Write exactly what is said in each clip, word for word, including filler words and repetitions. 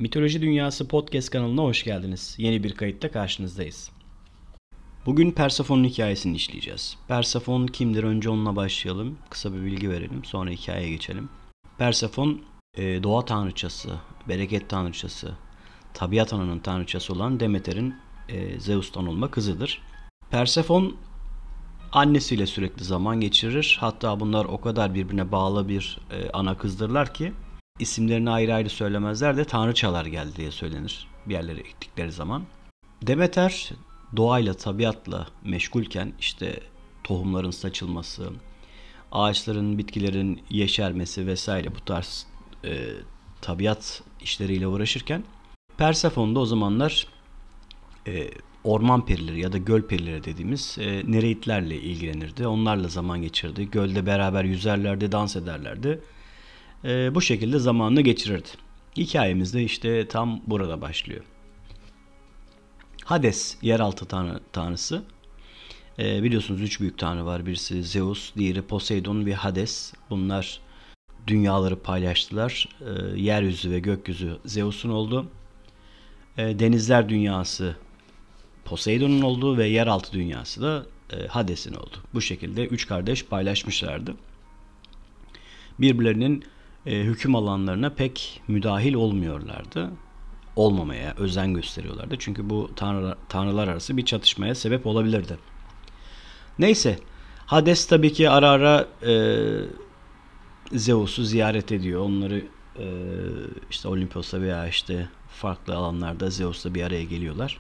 Mitoloji Dünyası Podcast kanalına hoş geldiniz. Yeni bir kayıtta karşınızdayız. Bugün Persefon'un hikayesini işleyeceğiz. Persefon kimdir? Önce onunla başlayalım. Kısa bir bilgi verelim. Sonra hikayeye geçelim. Persefon doğa tanrıçası, bereket tanrıçası, tabiat ananın tanrıçası olan Demeter'in Zeus'tan olma kızıdır. Persefon annesiyle sürekli zaman geçirir. Hatta bunlar o kadar birbirine bağlı bir ana kızdırlar ki İsimlerini ayrı ayrı söylemezler de tanrıçalar geldi diye söylenir bir yerlere gittikleri zaman. Demeter doğayla, tabiatla meşgulken işte tohumların saçılması, ağaçların, bitkilerin yeşermesi vesaire bu tarz e, tabiat işleriyle uğraşırken Persefon da o zamanlar e, orman perileri ya da göl perileri dediğimiz e, nereitlerle ilgilenirdi. Onlarla zaman geçirdi. Gölde beraber yüzerlerdi, dans ederlerdi. E, bu şekilde zamanını geçirirdi. Hikayemiz de işte tam burada başlıyor. Hades, yeraltı tanrı, tanrısı. E, biliyorsunuz üç büyük tanrı var. Birisi Zeus, diğeri Poseidon ve Hades. Bunlar dünyaları paylaştılar. E, yeryüzü ve gökyüzü Zeus'un oldu. E, denizler dünyası Poseidon'un olduğu ve yeraltı dünyası da e, Hades'in oldu. Bu şekilde üç kardeş paylaşmışlardı. Birbirlerinin e, hüküm alanlarına pek müdahil olmuyorlardı. Olmamaya özen gösteriyorlardı. Çünkü bu tanrı, tanrılar arası bir çatışmaya sebep olabilirdi. Neyse, Hades tabii ki ara ara e, Zeus'u ziyaret ediyor. Onları e, işte Olimpos'a veya işte farklı alanlarda Zeus'la bir araya geliyorlar.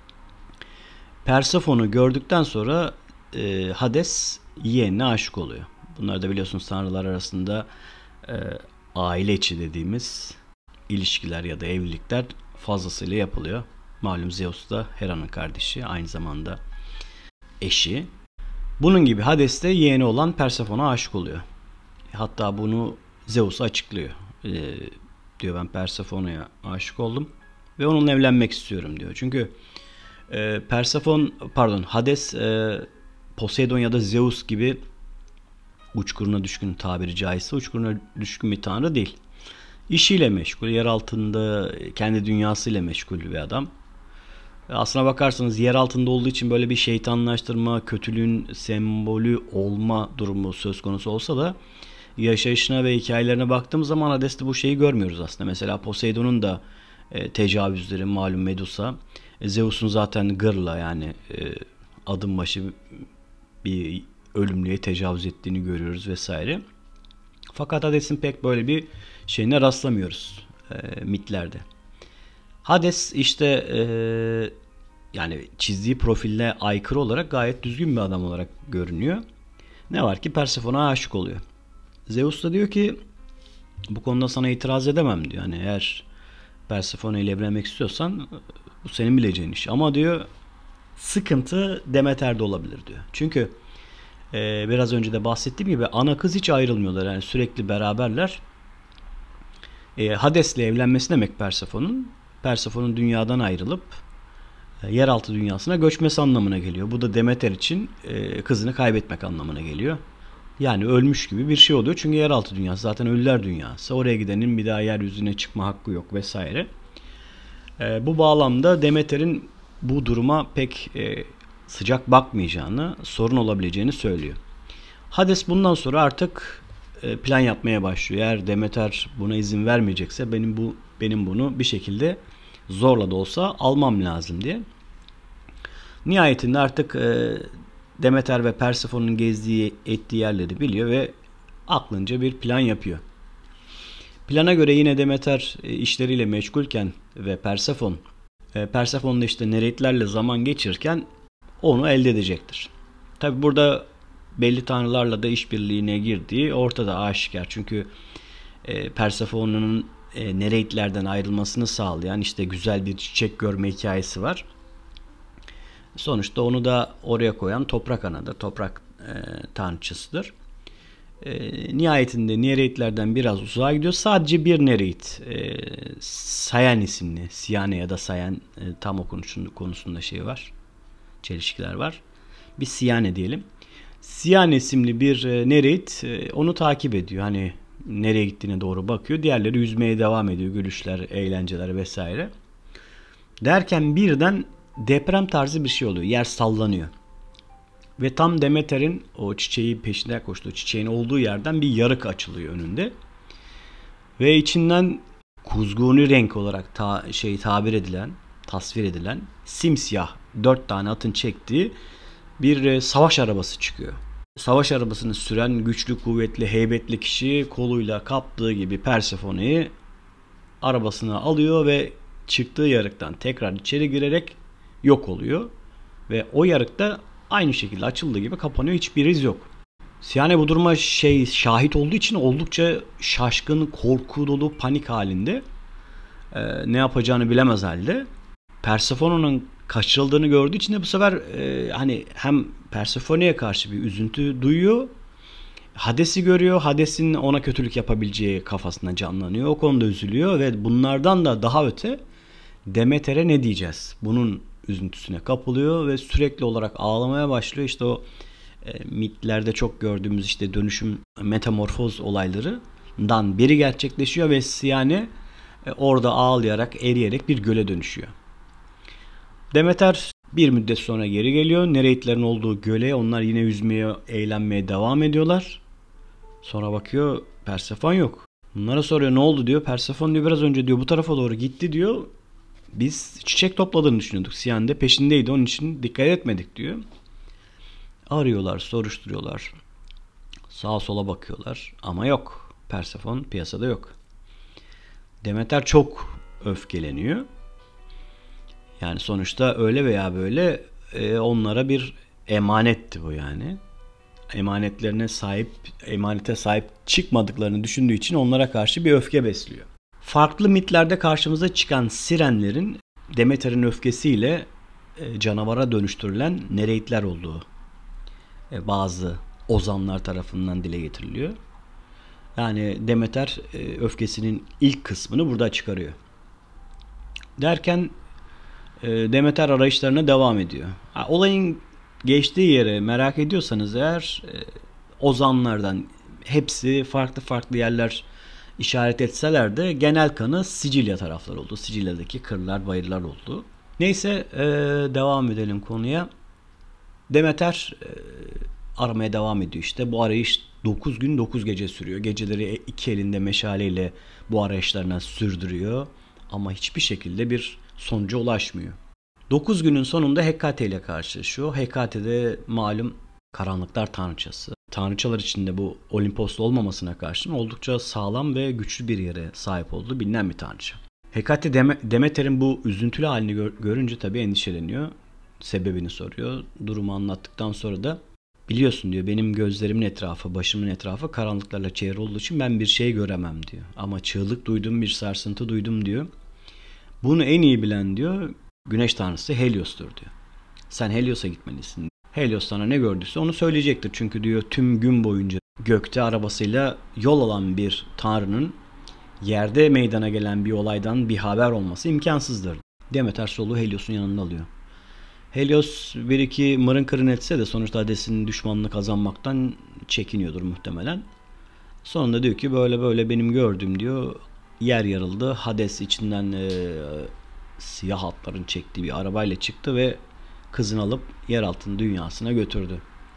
Persefon'u gördükten sonra e, Hades yeğenine aşık oluyor. Bunlar da biliyorsunuz tanrılar arasında e, aile içi dediğimiz ilişkiler ya da evlilikler fazlasıyla yapılıyor. Malum Zeus da Hera'nın kardeşi, aynı zamanda eşi. Bunun gibi Hades de yeğeni olan Persefon'a aşık oluyor. Hatta bunu Zeus'a açıklıyor. E, diyor ben Persefon'a aşık oldum ve onunla evlenmek istiyorum diyor. Çünkü e, Persefon pardon Hades e, Poseidon ya da Zeus gibi uçkuruna düşkün, tabiri caizse uçkuruna düşkün bir tanrı değil. İşiyle meşgul, yer altında kendi dünyasıyla meşgul bir adam. Aslına bakarsanız yer altında olduğu için böyle bir şeytanlaştırma, kötülüğün sembolü olma durumu söz konusu olsa da yaşayışına ve hikayelerine baktığımız zaman Hades'te bu şeyi görmüyoruz aslında. Mesela Poseidon'un da e, tecavüzleri, malum Medusa. E, Zeus'un zaten gırla yani e, adım başı bir ölümlüye tecavüz ettiğini görüyoruz vesaire. Fakat Hades'in pek böyle bir şeyine rastlamıyoruz e, mitlerde. Hades işte e, yani çizdiği profille aykırı olarak gayet düzgün bir adam olarak görünüyor. Ne var ki Persefon'a aşık oluyor. Zeus da diyor ki bu konuda sana itiraz edemem diyor. Yani eğer Persefone ile evlenmek istiyorsan bu senin bileceğin iş. Ama diyor sıkıntı Demeter'de olabilir diyor. Çünkü e, biraz önce de bahsettiğim gibi ana kız hiç ayrılmıyorlar. Yani sürekli beraberler. E, Hades'le evlenmesi demek Persefon'un. Persefon'un dünyadan ayrılıp e, yeraltı dünyasına göçmesi anlamına geliyor. Bu da Demeter için e, kızını kaybetmek anlamına geliyor. Yani ölmüş gibi bir şey oluyor. Çünkü yeraltı dünyası zaten ölüler dünyası. Oraya gidenin bir daha yeryüzüne çıkma hakkı yok vesaire. E, bu bağlamda Demeter'in bu duruma pek e, sıcak bakmayacağını, sorun olabileceğini söylüyor. Hades bundan sonra artık e, plan yapmaya başlıyor. Eğer Demeter buna izin vermeyecekse benim bu benim bunu bir şekilde zorla da olsa almam lazım diye. Nihayetinde artık e, Demeter ve Persefon'un gezdiği, ettiği yerleri biliyor ve aklınca bir plan yapıyor. Plana göre yine Demeter işleriyle meşgulken ve Persefon, Persefon da işte nereitlerle zaman geçirirken onu elde edecektir. Tabi burada belli tanrılarla da işbirliğine girdiği ortada aşikar. Çünkü Persefon'un nereitlerden ayrılmasını sağlayan işte güzel bir çiçek görme hikayesi var. Sonuçta onu da oraya koyan toprak anadır. Toprak e, tanrıçasıdır. E, nihayetinde nereitlerden biraz uzağa gidiyor. Sadece bir nereit. E, Sayan isimli. Siyane ya da Sayan e, tam okunuşun konusunda şey var. Çelişkiler var. Bir Siyane diyelim. Siyane isimli bir e, nereit e, onu takip ediyor. Hani Nereye gittiğine doğru bakıyor. Diğerleri yüzmeye devam ediyor. Gülüşler, eğlenceler vesaire. Derken birden deprem tarzı bir şey oluyor. Yer sallanıyor. Ve tam Demeter'in o çiçeği peşinden koştuğu çiçeğin olduğu yerden bir yarık açılıyor önünde. Ve içinden kuzguni renk olarak ta, şey tabir edilen, tasvir edilen simsiyah dört tane atın çektiği bir e, savaş arabası çıkıyor. Savaş arabasını süren güçlü, kuvvetli, heybetli kişi koluyla kaptığı gibi Persephone'yi arabasına alıyor ve çıktığı yarıktan tekrar içeri girerek yok oluyor. Ve o yarıkta aynı şekilde açıldığı gibi kapanıyor. Hiçbir iz yok. Siane bu duruma şey şahit olduğu için oldukça şaşkın, korku dolu, panik halinde. Ee, ne yapacağını bilemez halde. Persephone'nin kaçırıldığını gördüğü için de bu sefer e, hani hem Persephone'ye karşı bir üzüntü duyuyor. Hades'i görüyor. Hades'in ona kötülük yapabileceği kafasında canlanıyor. O konuda üzülüyor ve bunlardan da daha öte Demeter'e ne diyeceğiz? Bunun üzüntüsüne kapılıyor ve sürekli olarak ağlamaya başlıyor. İşte o e, mitlerde çok gördüğümüz işte dönüşüm, metamorfoz olaylarından biri gerçekleşiyor ve Siane e, orada ağlayarak, eriyerek bir göle dönüşüyor. Demeter bir müddet sonra geri geliyor. Nereidlerin olduğu göle onlar yine yüzmeye, eğlenmeye devam ediyorlar. Sonra bakıyor Persephone yok. Bunlara soruyor ne oldu diyor. Persephone diyor biraz önce diyor bu tarafa doğru gitti diyor. Biz çiçek topladığını düşünüyorduk. Siyan de peşindeydi onun için dikkat etmedik diyor. Arıyorlar, soruşturuyorlar. Sağa sola bakıyorlar ama yok. Persephone piyasada yok. Demeter çok öfkeleniyor. Yani sonuçta öyle veya böyle e, onlara bir emanetti bu yani. Emanetlerine sahip, emanete sahip çıkmadıklarını düşündüğü için onlara karşı bir öfke besliyor. Farklı mitlerde karşımıza çıkan sirenlerin Demeter'in öfkesiyle e, canavara dönüştürülen nereidler olduğu e, bazı ozanlar tarafından dile getiriliyor. Yani Demeter e, öfkesinin ilk kısmını burada çıkarıyor. Derken e, Demeter arayışlarına devam ediyor. Ha, olayın geçtiği yere merak ediyorsanız eğer e, ozanlardan hepsi farklı farklı yerler işaret etseler de genel kanı Sicilya tarafları oldu. Sicilya'daki kırlar, bayırlar oldu. Neyse e, devam edelim konuya. Demeter e, aramaya devam ediyor işte. Bu arayış dokuz gün dokuz gece sürüyor. Geceleri iki elinde meşaleyle bu arayışlarına sürdürüyor. Ama hiçbir şekilde bir sonuca ulaşmıyor. dokuz günün sonunda Hekate ile karşılaşıyor. Hekate de malum karanlıklar tanrıçası. Tanrıçalar içinde bu Olimpos'ta olmamasına karşın oldukça sağlam ve güçlü bir yere sahip olduğu bilinen bir tanrıça. Hekate Demeter'in bu üzüntülü halini gör- görünce tabii endişeleniyor. Sebebini soruyor. Durumu anlattıktan sonra da biliyorsun diyor benim gözlerimin etrafı, başımın etrafı karanlıklarla çevrili olduğu için ben bir şey göremem diyor. Ama çığlık duydum, bir sarsıntı duydum diyor. Bunu en iyi bilen diyor güneş tanrısı Helios'tur diyor. Sen Helios'a gitmelisin. Helios sana ne gördüyse onu söyleyecektir. Çünkü diyor tüm gün boyunca gökte arabasıyla yol alan bir tanrının yerde meydana gelen bir olaydan bir haber olması imkansızdır. Demeter soluğu Helios'un yanında alıyor. Helios bir iki mırın kırın etse de sonuçta Hades'in düşmanını kazanmaktan çekiniyordur muhtemelen. Sonunda diyor ki böyle böyle benim gördüğüm diyor yer yarıldı. Hades içinden e, siyah atların çektiği bir arabayla çıktı ve kızını alıp yeraltının dünyasına götürdü.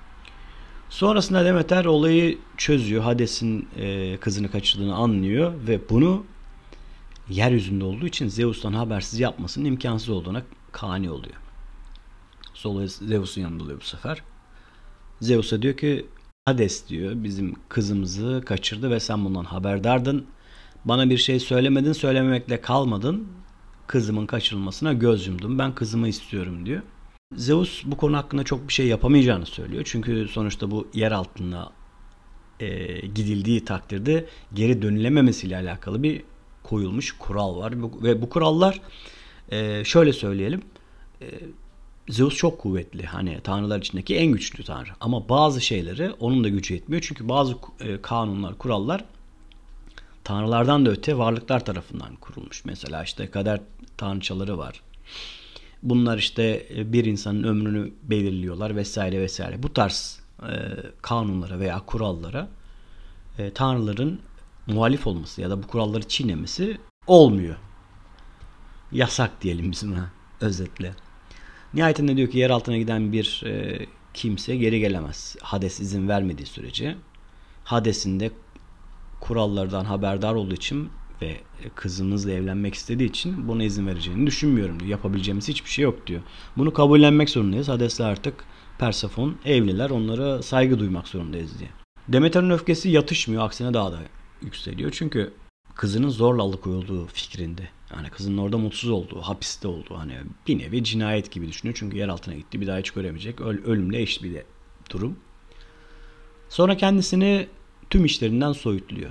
Sonrasında Demeter olayı çözüyor. Hades'in e, kızını kaçırdığını anlıyor ve bunu yeryüzünde olduğu için Zeus'tan habersiz yapmasının imkansız olduğuna kani oluyor. Sonra Zeus'un yanında oluyor bu sefer. Zeus'a diyor ki Hades diyor bizim kızımızı kaçırdı ve sen bundan haberdardın. Bana bir şey söylemedin, söylememekle kalmadın. Kızımın kaçırılmasına göz yumdum. Ben kızımı istiyorum diyor. Zeus bu konu hakkında çok bir şey yapamayacağını söylüyor. Çünkü sonuçta bu yer altına e, gidildiği takdirde geri dönülememesiyle alakalı bir koyulmuş kural var. Ve bu kurallar e, şöyle söyleyelim. E, Zeus çok kuvvetli. Hani tanrılar içindeki en güçlü tanrı. Ama bazı şeyleri onun da gücü yetmiyor. Çünkü bazı e, kanunlar, kurallar tanrılardan da öte varlıklar tarafından kurulmuş. Mesela işte kader tanrıçaları var. Bunlar işte bir insanın ömrünü belirliyorlar vesaire vesaire. Bu tarz e, kanunlara veya kurallara e, tanrıların muhalif olması ya da bu kuralları çiğnemesi olmuyor. Yasak diyelim biz buna özetle. Nihayetinde diyor ki yer altına giden bir e, kimse geri gelemez. Hades izin vermediği sürece. Hades'in de kurallardan haberdar olduğu için ve kızımızla evlenmek istediği için buna izin vereceğini düşünmüyorum diyor. Yapabileceğimiz hiçbir şey yok diyor. Bunu kabullenmek zorundayız. Hades'le artık Persefon evliler. Onlara saygı duymak zorundayız diye. Demeter'in öfkesi yatışmıyor. Aksine daha da yükseliyor. Çünkü kızının zorla alıkoyulduğu fikrinde. Yani kızının orada mutsuz olduğu, hapiste olduğu, hani bir nevi cinayet gibi düşünüyor. Çünkü yer altına gitti. Bir daha hiç göremeyecek. Öl- ölümle eş bir de durum. Sonra kendisini tüm işlerinden soyutluyor.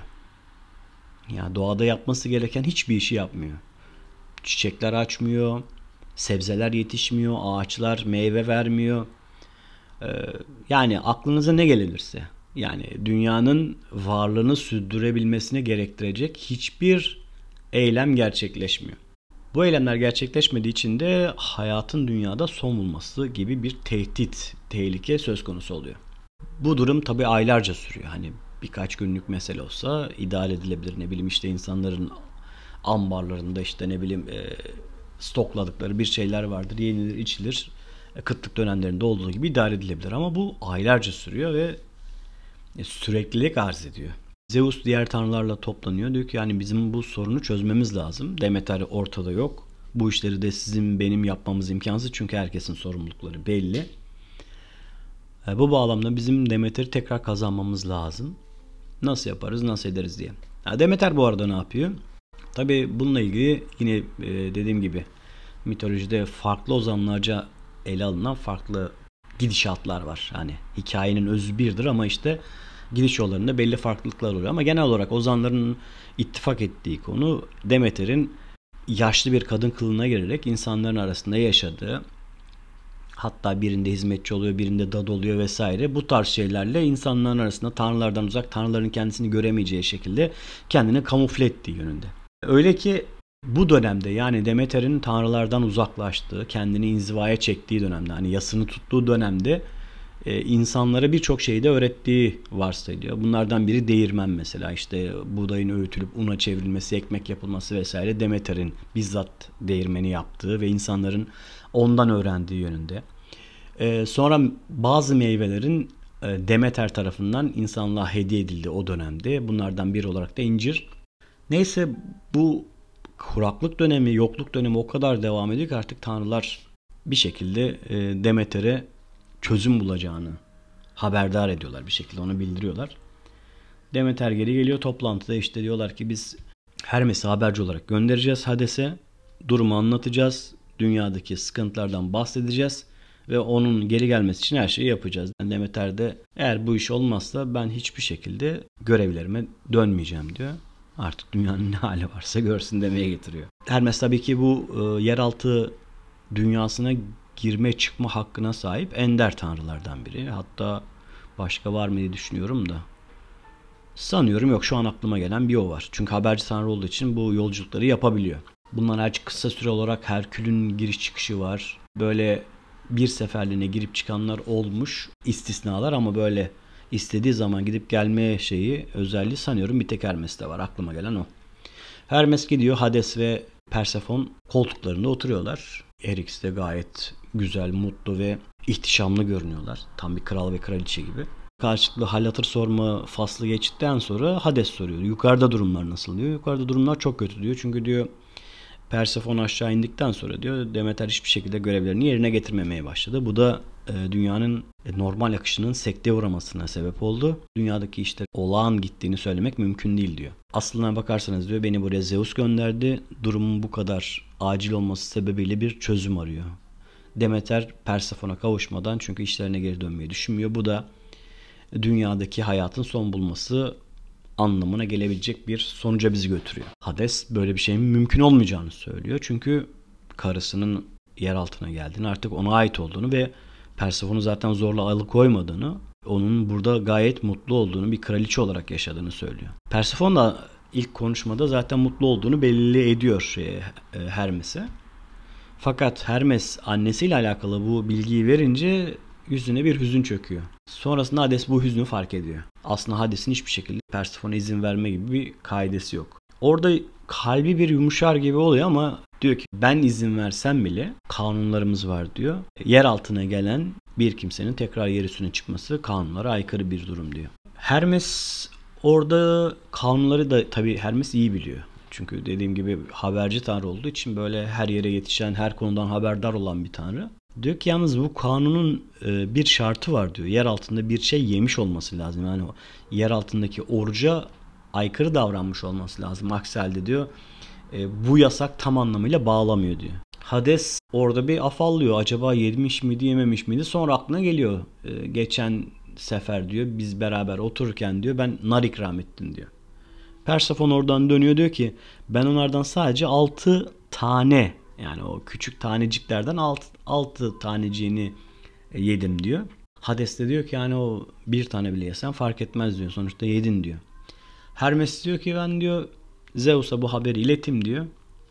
Ya doğada yapması gereken hiçbir işi yapmıyor. Çiçekler açmıyor, sebzeler yetişmiyor, ağaçlar meyve vermiyor. Ee, yani aklınıza ne gelirse, yani dünyanın varlığını sürdürebilmesine gerektirecek hiçbir eylem gerçekleşmiyor. Bu eylemler gerçekleşmediği için de hayatın dünyada son bulması gibi bir tehdit, tehlike söz konusu oluyor. Bu durum tabii aylarca sürüyor. Hani birkaç günlük mesele olsa idare edilebilir. Ne bileyim işte insanların ambarlarında işte ne bileyim e, stokladıkları bir şeyler vardır. Yenilir, içilir. E, kıtlık dönemlerinde olduğu gibi idare edilebilir. Ama bu aylarca sürüyor ve e, süreklilik arz ediyor. Zeus diğer tanrılarla toplanıyor. Diyor ki yani bizim bu sorunu çözmemiz lazım. Demeter ortada yok. Bu işleri de sizin benim yapmamız imkansız. Çünkü herkesin sorumlulukları belli. E, bu bağlamda bizim Demeter'i tekrar kazanmamız lazım. Nasıl yaparız, nasıl ederiz diye. Ya Demeter bu arada ne yapıyor? Tabii bununla ilgili yine e, dediğim gibi mitolojide farklı ozanlarca ele alınan farklı gidişatlar var. Hani hikayenin özü birdir ama işte gidiş yollarında belli farklılıklar oluyor. Ama genel olarak ozanların ittifak ettiği konu Demeter'in yaşlı bir kadın kılığına girerek insanların arasında yaşadığı, hatta birinde hizmetçi oluyor, birinde dad oluyor vesaire. Bu tarz şeylerle insanların arasında tanrılardan uzak, tanrıların kendisini göremeyeceği şekilde kendini kamufle ettiği yönünde. Öyle ki bu dönemde, yani Demeter'in tanrılardan uzaklaştığı, kendini inzivaya çektiği dönemde, hani yasını tuttuğu dönemde e, insanlara birçok şeyi de öğrettiği varsayılıyor. Bunlardan biri değirmen mesela. İşte buğdayın öğütülüp una çevrilmesi, ekmek yapılması vesaire Demeter'in bizzat değirmeni yaptığı ve insanların ondan öğrendiği yönünde. E, sonra bazı meyvelerin e, Demeter tarafından insanlığa hediye edildi o dönemde. Bunlardan biri olarak da incir. Neyse, bu kuraklık dönemi, yokluk dönemi o kadar devam ediyor ki artık tanrılar bir şekilde e, Demeter'e çözüm bulacağını haberdar ediyorlar, bir şekilde onu bildiriyorlar. Demeter geri geliyor toplantıda, işte diyorlar ki biz Hermes'i haberci olarak göndereceğiz Hades'e. Durumu anlatacağız. Dünyadaki sıkıntılardan bahsedeceğiz. Ve onun geri gelmesi için her şeyi yapacağız. Demeter de eğer bu iş olmazsa ben hiçbir şekilde görevlerime dönmeyeceğim diyor. Artık dünyanın ne hali varsa görsün demeye getiriyor. Hermes tabii ki bu e, yeraltı dünyasına girme çıkma hakkına sahip ender tanrılardan biri. Hatta başka var mı diye düşünüyorum da. Sanıyorum yok, şu an aklıma gelen bir o var. Çünkü haberci tanrı olduğu için bu yolculukları yapabiliyor. Bunlar hariç kısa süre olarak Herkül'ün giriş çıkışı var. Böyle bir seferliğine girip çıkanlar olmuş, istisnalar, ama böyle istediği zaman gidip gelme şeyi, özelliği sanıyorum bir tek Hermes'te var. Aklıma gelen o. Hermes gidiyor, Hades ve Persefon koltuklarında oturuyorlar. Her ikisi de gayet güzel, mutlu ve ihtişamlı görünüyorlar. Tam bir kral ve kraliçe gibi. Karşılıklı hal hatır sorma faslı geçtikten sonra Hades soruyor. Yukarıda durumlar nasıl diyor. Yukarıda durumlar çok kötü diyor. Çünkü diyor Persefon aşağı indikten sonra diyor Demeter hiçbir şekilde görevlerini yerine getirmemeye başladı. Bu da e, dünyanın e, normal akışının sekteye uğramasına sebep oldu. Dünyadaki işte olağan gittiğini söylemek mümkün değil diyor. Aslına bakarsanız diyor beni buraya Zeus gönderdi. Durumun bu kadar acil olması sebebiyle bir çözüm arıyor. Demeter Persefon'a kavuşmadan çünkü işlerine geri dönmeyi düşünmüyor. Bu da dünyadaki hayatın son bulması anlamına gelebilecek bir sonuca bizi götürüyor. Hades böyle bir şeyin mümkün olmayacağını söylüyor. Çünkü karısının yer altına geldiğini, artık ona ait olduğunu ve Persefon'u zaten zorla alıkoymadığını, onun burada gayet mutlu olduğunu, bir kraliçe olarak yaşadığını söylüyor. Persefon da ilk konuşmada zaten mutlu olduğunu belli ediyor Hermes'e. Fakat Hermes annesiyle alakalı bu bilgiyi verince yüzüne bir hüzün çöküyor. Sonrasında Hades bu hüznü fark ediyor. Aslında Hades'in hiçbir şekilde Persephone'e izin verme gibi bir kaidesi yok. Orada kalbi bir yumuşar gibi oluyor ama diyor ki ben izin versem bile kanunlarımız var diyor. Yer altına gelen bir kimsenin tekrar yer üstüne çıkması kanunlara aykırı bir durum diyor. Hermes orada kanunları da tabii Hermes iyi biliyor. Çünkü dediğim gibi haberci tanrı olduğu için böyle her yere yetişen, her konudan haberdar olan bir tanrı. Diyor ki yalnız bu kanunun bir şartı var diyor. Yer altında bir şey yemiş olması lazım. Yani yer altındaki oruca aykırı davranmış olması lazım. Aksi halde diyor bu yasak tam anlamıyla bağlamıyor diyor. Hades orada bir afallıyor. Acaba yemiş miydi yememiş miydi? Sonra aklına geliyor. Geçen sefer diyor biz beraber otururken diyor ben nar ikram ettim diyor. Persephone oradan dönüyor diyor ki ben onlardan sadece altı tane yani o küçük taneciklerden altı taneciğini yedim diyor. Hades de diyor ki yani o bir tane bile yesen fark etmez diyor. Sonuçta yedin diyor. Hermes diyor ki ben diyor Zeus'a bu haberi iletim diyor.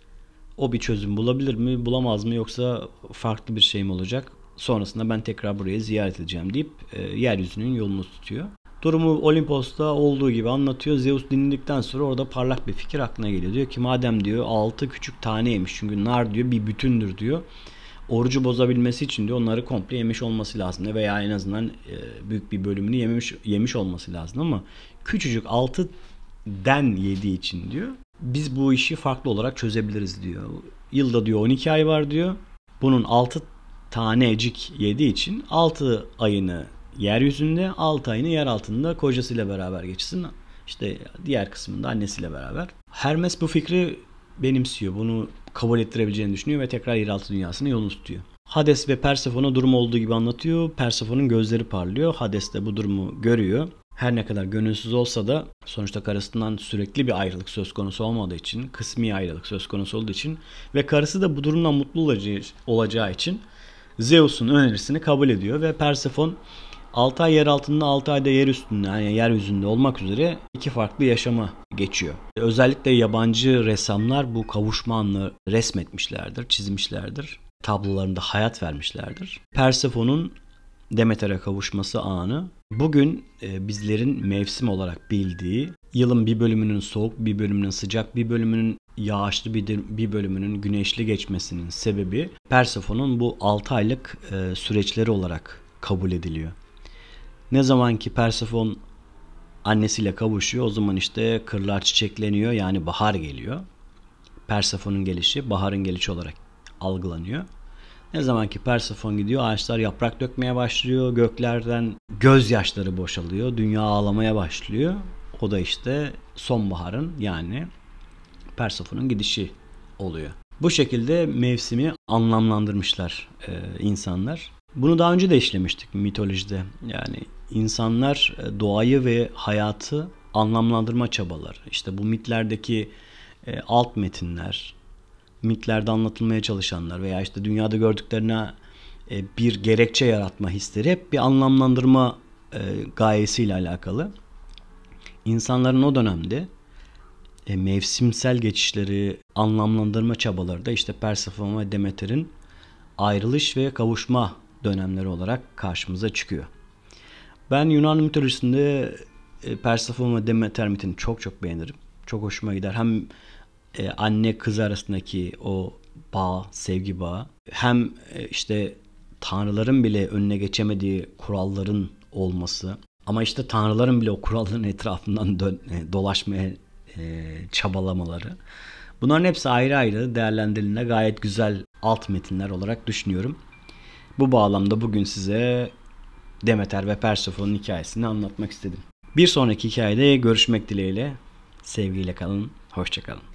O bir çözüm bulabilir mi bulamaz mı yoksa farklı bir şey mi olacak? Sonrasında ben tekrar burayı ziyaret edeceğim deyip e, yeryüzünün yolunu tutuyor. Durumu Olimpos'ta olduğu gibi anlatıyor. Zeus dinledikten sonra orada parlak bir fikir aklına geliyor. Diyor ki madem diyor altı küçük tane yemiş. Çünkü nar diyor bir bütündür diyor. Orucu bozabilmesi için diyor onları komple yemiş olması lazım. Veya en azından e, büyük bir bölümünü yemiş, yemiş olması lazım ama küçücük altı den yediği için diyor. Biz bu işi farklı olarak çözebiliriz diyor. Yılda diyor on iki ay var diyor. Bunun altı tanecik yediği için altı ayını yeryüzünde, altı ayını yer altında kocasıyla beraber geçsin. İşte diğer kısmında annesiyle beraber. Hermes bu fikri benimsiyor. Bunu kabul ettirebileceğini düşünüyor ve tekrar yeraltı dünyasına yolunu tutuyor. Hades ve Persephone durum olduğu gibi anlatıyor. Persephone'un gözleri parlıyor. Hades de bu durumu görüyor. Her ne kadar gönülsüz olsa da sonuçta karısından sürekli bir ayrılık söz konusu olmadığı için, kısmi ayrılık söz konusu olduğu için ve karısı da bu durumdan mutlu olacağı, olacağı için Zeus'un önerisini kabul ediyor ve Persephone altı ay yer altında altı ayda yer üstünde yani yeryüzünde olmak üzere iki farklı yaşama geçiyor. Özellikle yabancı ressamlar bu kavuşma anını resmetmişlerdir, çizmişlerdir. Tablolarında hayat vermişlerdir. Persephone'un Demeter'e kavuşması anı bugün e, bizlerin mevsim olarak bildiği yılın bir bölümünün soğuk, bir bölümünün sıcak, bir bölümünün yağışlı, bir, de, bir bölümünün güneşli geçmesinin sebebi Persephone'un bu altı aylık e, süreçleri olarak kabul ediliyor. Ne zaman ki Persephone annesiyle kavuşuyor o zaman işte kırlar çiçekleniyor yani bahar geliyor. Persephone'un gelişi baharın gelişi olarak algılanıyor. Ne zaman ki Persephone gidiyor ağaçlar yaprak dökmeye başlıyor. Göklerden gözyaşları boşalıyor. Dünya ağlamaya başlıyor. O da işte sonbaharın yani Persephone'un gidişi oluyor. Bu şekilde mevsimi anlamlandırmışlar e, insanlar. Bunu daha önce de işlemiştik mitolojide. Yani insanlar doğayı ve hayatı anlamlandırma çabaları. İşte bu mitlerdeki e, alt metinler, mitlerde anlatılmaya çalışanlar veya işte dünyada gördüklerine e, bir gerekçe yaratma hisleri hep bir anlamlandırma e, gayesiyle alakalı. İnsanların o dönemde e, mevsimsel geçişleri anlamlandırma çabaları da işte Persephone ve Demeter'in ayrılış ve kavuşma dönemleri olarak karşımıza çıkıyor. Ben Yunan mitolojisinde e, Persephone ve Demeter mitini çok çok beğenirim. Çok hoşuma gider. Hem e, anne kız arasındaki o bağ, sevgi bağı, hem e, işte tanrıların bile önüne geçemediği kuralların olması, ama işte tanrıların bile o kuralların etrafından dön, e, dolaşmaya e, çabalamaları. Bunların hepsi ayrı ayrı değerlendirildiğinde gayet güzel alt metinler olarak düşünüyorum. Bu bağlamda bugün size Demeter ve Persephone'un hikayesini anlatmak istedim. Bir sonraki hikayede görüşmek dileğiyle. Sevgiyle kalın, hoşça kalın.